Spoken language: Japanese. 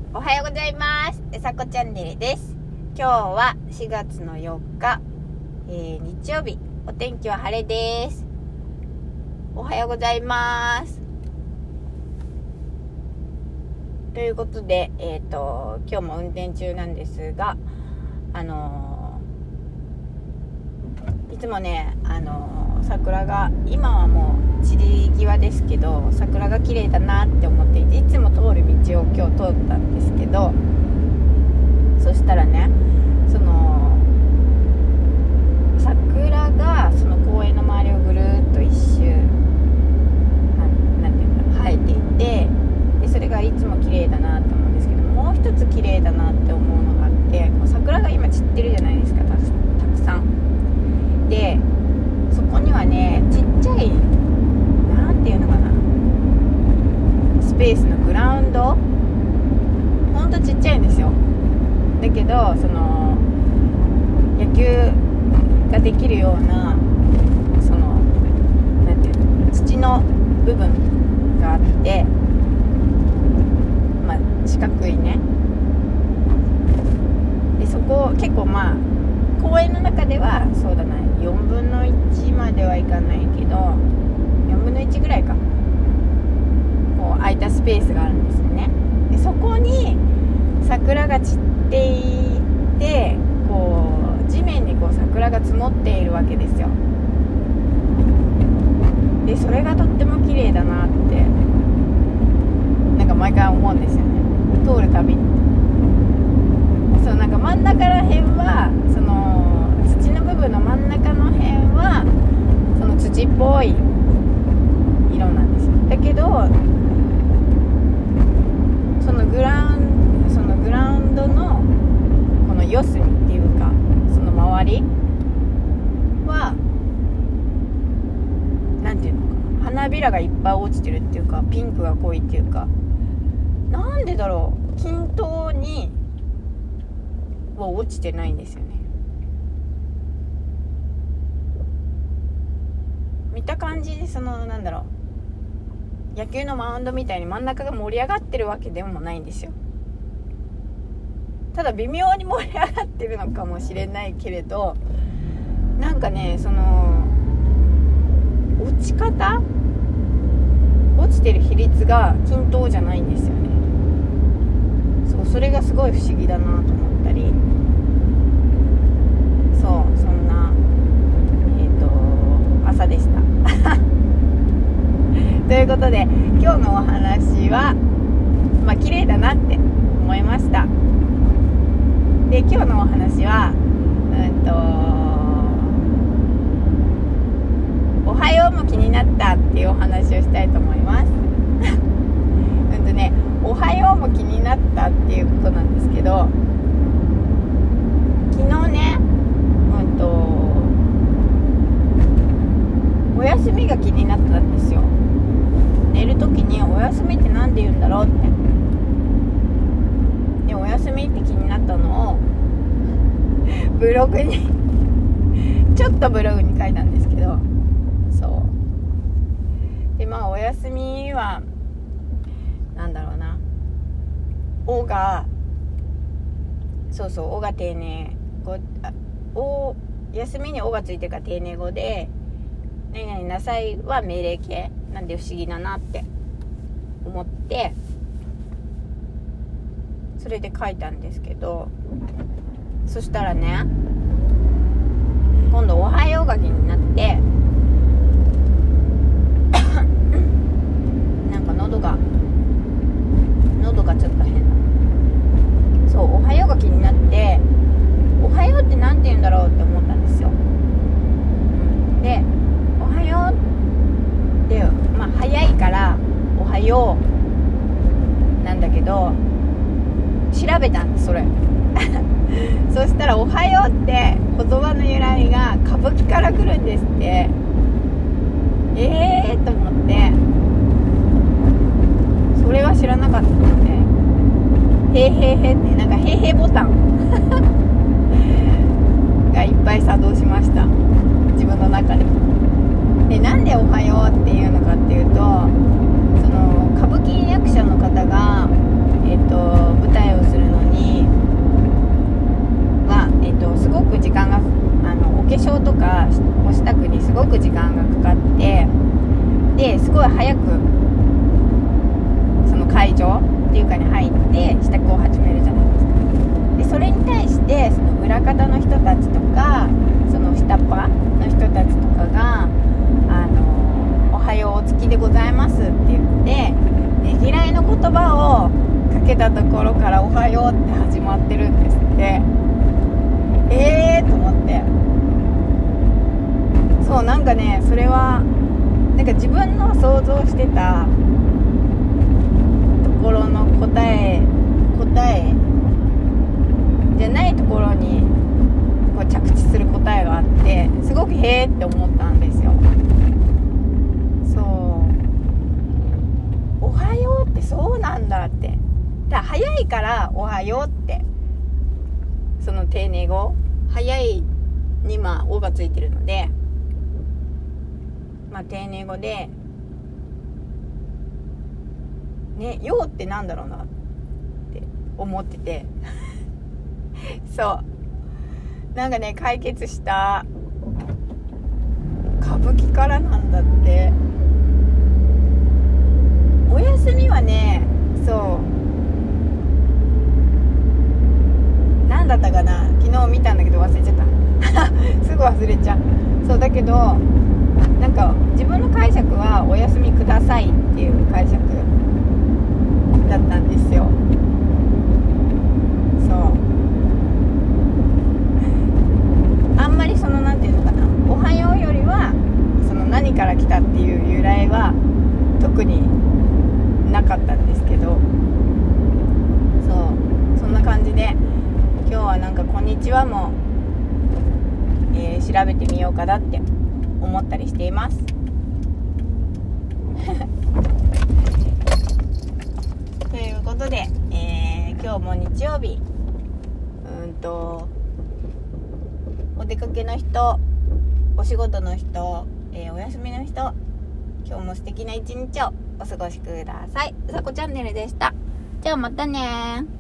おはようございます。さこチャンネルです。今日は4月の4日、日曜日。お天気は晴れです。おはようございます。ということで、今日も運転中なんですが、いつもね、桜が今はもう散り際ですけど、桜が綺麗だなって思っていて、いつも通る道を今日通ったんですけど、そしたらね、その桜がその公園の周りをぐるっと一周なんていうんだろう、生えていて、でそれがいつも綺麗だなって思うんですけど、もう一つ綺麗だなって思うのがあって、もう桜が今散ってるじゃないですか、たくさんで、そこにはね、ちっちゃいなんていうのかな、スペースのグラウンド、ほんとちっちゃいんですよ。だけどその野球ができるような、そのなんていうの、土の部分があって、まあ四角いね。でそこ結構まあ公園の中ではそうだな、4分の1まではいかないけど、4分の1ぐらいか、こう空いたスペースがあるんですよね。でそこに桜が散っていて、こう地面にこう桜が積もっているわけですよ。でそれがとっても綺麗だなってなんか毎回思うんですよね、通るたびに。そう、なんか真ん中ら辺はその土の部分の真ん中の辺はその土っぽい色なんですよ。だけどそのグラウンドのこの四隅っていうか、その周りはなんていうのかな、花びらがいっぱい落ちてるっていうか、ピンクが濃いっていうか、なんでだろう、均等には落ちてないんですよね。見た感じで、そのなんだろう、野球のマウンドみたいに真ん中が盛り上がってるわけでもないんですよ。ただ微妙に盛り上がってるのかもしれないけれど、なんかね、その落ち方、落ちてる比率が均等じゃないんですよね。そう、それがすごい不思議だなと思ったり、そう、そんな朝でしたということで、今日のお話はまあ綺麗だなって思いました。で今日のお話はおはようも気になったっていうお話をしたいと思いますね、おはようも気になったっていうことなんですけど、昨日ね、お休みが気になったんですよ。寝るときにお休みってなんで言うんだろうって。でお休みって気になったのをブログにちょっとブログに書いたんですけど、そうで、まあお休みはなんだろうな、おがおが丁寧語、お休みにおがついてるから丁寧語で、何々なさいは命令形なんで不思議だなって思って、それで書いたんですけど、そしたらね、今度おはようが気になってなんか喉がちょっと変だ。そう、おはようが気になって、おはようってなんて言うんだろうって思ったんですよ。でおはようってまあ早いからおはようなんだけど、調べたんです、それそしたらおはようって言葉の由来が歌舞伎から来るんですって。と思って、それは知らなかったので、へーへーへーって、なんかへーへーボタンがいっぱい作動しました、自分の中で。でなんでおはようっていうのかっていうと、その歌舞伎役者の方が舞台中に入って支度を始めるじゃないですか。でそれに対してその裏方の人たちとかその下っ端の人たちとかがおはようお月でございますって言ってねぎらいの言葉をかけたところからおはようって始まってるんですって。と思って、そうなんかね、それはなんか自分の想像してたところの答えじゃないところにこう着地する答えがあって、すごくへーって思ったんですよ。そう、おはようってそうなんだって。だから早いからおはようって、その丁寧語、早いにおがついてるので、丁寧語でね、ようってなんだろうなって思っててそうなんかね、解決した。歌舞伎からなんだって。お休みはね、なんだったかな、昨日見たんだけど忘れちゃったすぐ忘れちゃう。そうだけどなんか自分の解釈はお休みくださいっていう解釈だったんですよ。そうあんまりそのなんていうのかな、おはようよりはその何から来たっていう由来は特になかったんですけど、そんな感じで今日はなんかこんにちはも、調べてみようかなって思ったりしていますということで、今日も日曜日、お出かけの人、お仕事の人、お休みの人、今日も素敵な一日をお過ごしください。うさこチャンネルでした。じゃあまたね。